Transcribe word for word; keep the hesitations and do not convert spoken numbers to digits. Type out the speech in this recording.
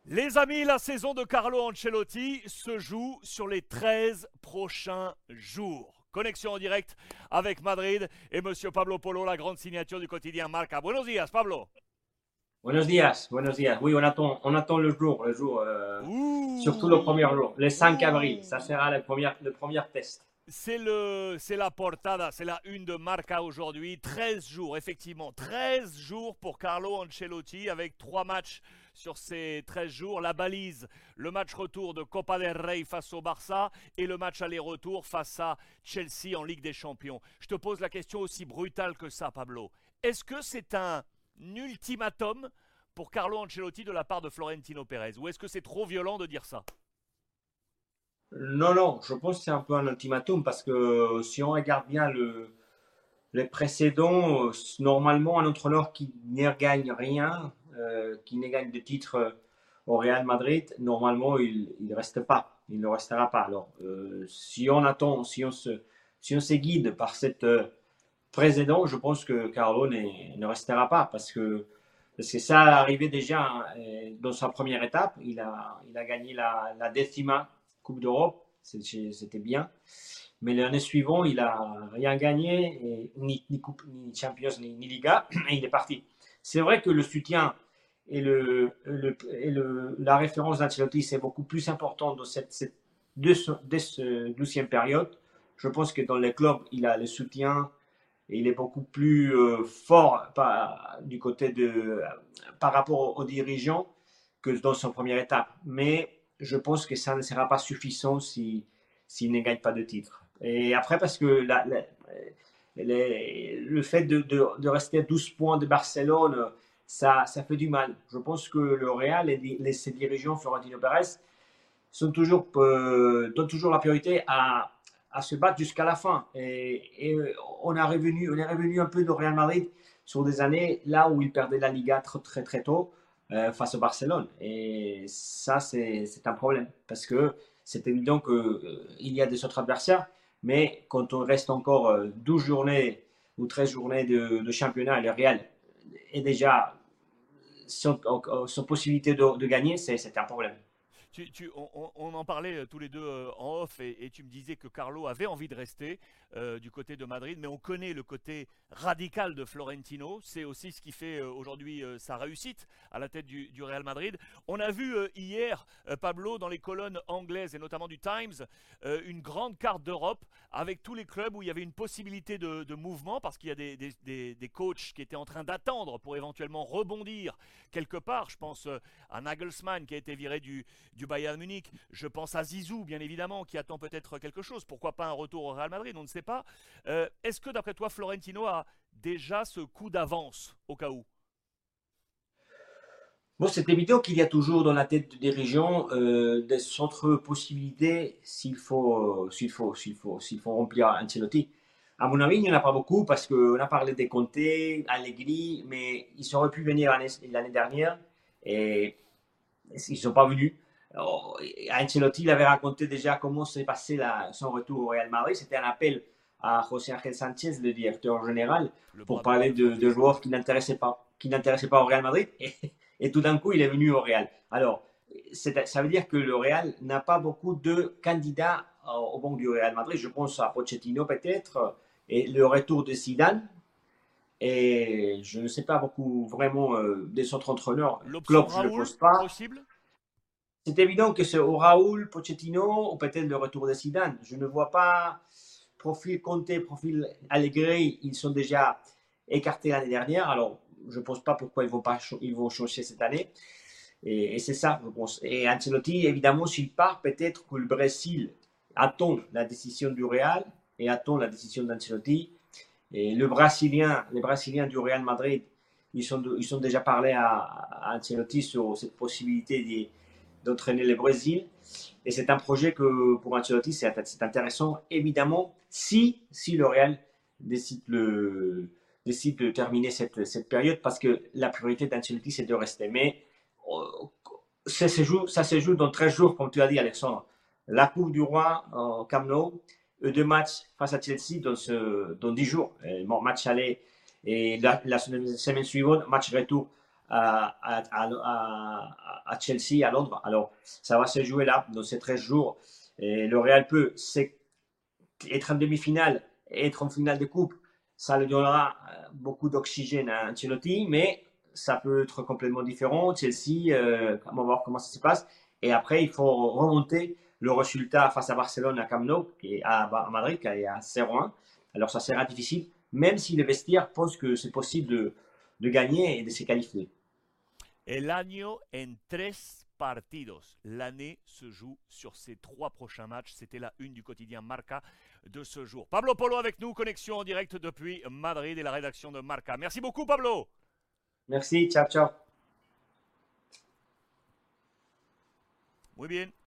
Les amis, la saison de Carlo Ancelotti se joue sur les treize prochains jours. Connexion en direct avec Madrid et Monsieur Pablo Polo, la grande signature du quotidien Marca. Buenos días, Pablo. Buenos días, buenos días. Oui, on attend, on attend le jour, le jour, euh, surtout le premier Ouh, jour, le cinq avril. Ça ouh. sera le premier, le premier test. C'est le, c'est la portada, c'est la une de Marca aujourd'hui. treize jours, effectivement, treize jours pour Carlo Ancelotti avec trois matchs sur ces treize jours. La balise, le match retour de Copa del Rey face au Barça et le match aller-retour face à Chelsea en Ligue des Champions. Je te pose la question aussi brutale que ça, Pablo. Est-ce que c'est un ultimatum pour Carlo Ancelotti de la part de Florentino Pérez ou est-ce que c'est trop violent de dire ça? Non, non, je pense que c'est un peu un ultimatum parce que si on regarde bien le, les précédents, euh, normalement, un entraîneur qui ne gagne rien, euh, qui ne gagne de titre euh, au Real Madrid, normalement, il ne reste pas. Il ne restera pas. Alors, euh, si on attend, si on se, si on se guide par cette euh, précédent, je pense que Carlo ne, ne restera pas parce que, parce que ça arrivé déjà euh, dans sa première étape. Il a, il a gagné la, la décima Coupe d'Europe, c'était bien. Mais l'année suivante, il n'a rien gagné, et, ni, ni, Coupe, ni Champions, ni, ni Liga, et il est parti. C'est vrai que le soutien et, le, le, et le, la référence d'Ancelotti, c'est beaucoup plus important dans cette, cette de ce, de ce douzième période. Je pense que dans les clubs, il a le soutien et il est beaucoup plus euh, fort par, du côté de, par rapport aux dirigeants que dans son première étape. Mais je pense que ça ne sera pas suffisant s'il si, ne gagne pas de titre. Et après, parce que la, la, les, le fait de, de, de, rester à douze points de Barcelone, ça, ça fait du mal. Je pense que le Real et les, ses dirigeants, Florentino Pérez, sont toujours, euh, donnent toujours la priorité à, à se battre jusqu'à la fin. Et, et on, a revenu, on est revenu un peu de Real Madrid sur des années là où il perdait la Liga très très, très tôt euh, face au Barcelone. Et ça, c'est un problème parce que c'est évident qu'il euh, y a des autres adversaires, mais quand on reste encore euh, douze journées ou treize journées de, de championnat, le Real est déjà sans, sans possibilité de, de gagner, c'est un problème. Tu, tu, on, on, en parlait tous les deux euh, en off et, et, tu me disais que Carlo avait envie de rester euh, du côté de Madrid, mais on connaît le côté radical de Florentino. C'est aussi ce qui fait euh, aujourd'hui euh, sa réussite à la tête du, du Real Madrid. On a vu euh, hier, euh, Pablo, dans les colonnes anglaises et notamment du Times, euh, une grande carte d'Europe avec tous les clubs où il y avait une possibilité de, de mouvement parce qu'il y a des, des, des, des coachs qui étaient en train d'attendre pour éventuellement rebondir quelque part. Je pense euh, à Nagelsmann qui a été viré du, du Bayern Munich. Je pense à Zizou, bien évidemment, qui attend peut-être quelque chose. Pourquoi pas un retour au Real Madrid? On ne sait pas. Euh, Est-ce que, d'après toi, Florentino a déjà ce coup d'avance au cas où? Bon, c'est évident qu'il y a toujours dans la tête du dirigeant euh, des autres possibilités s'il faut, s'il faut, s'il faut, s'il faut remplir Ancelotti. À mon avis, il n'y en a pas beaucoup parce qu'on a parlé des Conte, Allegri, mais ils auraient pu venir l'année dernière et ils ne sont pas venus. Alors, Ancelotti il avait raconté déjà comment s'est passé la, son retour au Real Madrid. C'était un appel à José Ángel Sánchez, le directeur général, Le pour bras droit parler de de, de Florentino. joueurs qui n'intéressaient pas, qui n'intéressaient pas au Real Madrid. Et, et tout d'un coup, il est venu au Real. Alors, ça veut dire que le Real n'a pas beaucoup de candidats au banc du Real Madrid. Je pense à Pochettino peut-être, et le retour de Zidane. Et je ne sais pas beaucoup vraiment euh, des autres entraîneurs. L'option Klopp, je ne le Raoul, pose pas. possible? C'est évident que c'est au Raoul, Pochettino ou peut-être le retour de Zidane. Je ne vois pas profil Conte, profil Allegri, ils sont déjà écartés l'année dernière. Alors, je ne pense pas pourquoi ils vont, pas, ils vont changer cette année. Et, et c'est ça, je pense. Et Ancelotti, évidemment, s'il part, peut-être que le Brésil attend la décision du Real et attend la décision d'Ancelotti. Et le Brésilien, les Brésiliens du Real Madrid, ils sont, ils sont déjà parlé à, à Ancelotti sur cette possibilité d'entraîner le Brésil. Et c'est un projet que pour Ancelotti, c'est intéressant, évidemment, si, si le Real décide, le, décide de terminer cette, cette période, parce que la priorité d'Ancelotti, c'est de rester. Mais ça se, joue, ça se joue dans treize jours, comme tu as dit, Alexandre. La Coupe du Roi en Camp Nou, deux matchs face à Chelsea dans, ce, dans dix jours. Bon, match aller et la, la semaine suivante, match retour à, à, à, à Chelsea, à Londres. Alors, ça va se jouer là, dans ces treize jours. Et le Real peut, c'est être en demi-finale et être en finale de coupe, ça lui donnera beaucoup d'oxygène à Ancelotti, mais ça peut être complètement différent. Chelsea, euh, on va voir comment ça se passe. Et après, il faut remonter le résultat face à Barcelone, à Camp Nou, et à Madrid, qui est à zéro un. Alors, ça sera difficile, même si les vestiaires pensent que c'est possible de, de gagner et de se qualifier. El año en tres partidos. L'année se joue sur ces trois prochains matchs. C'était la une du quotidien Marca de ce jour. Pablo Polo avec nous, connexion en direct depuis Madrid et la rédaction de Marca. Merci beaucoup Pablo. Merci, ciao, ciao. Muy bien.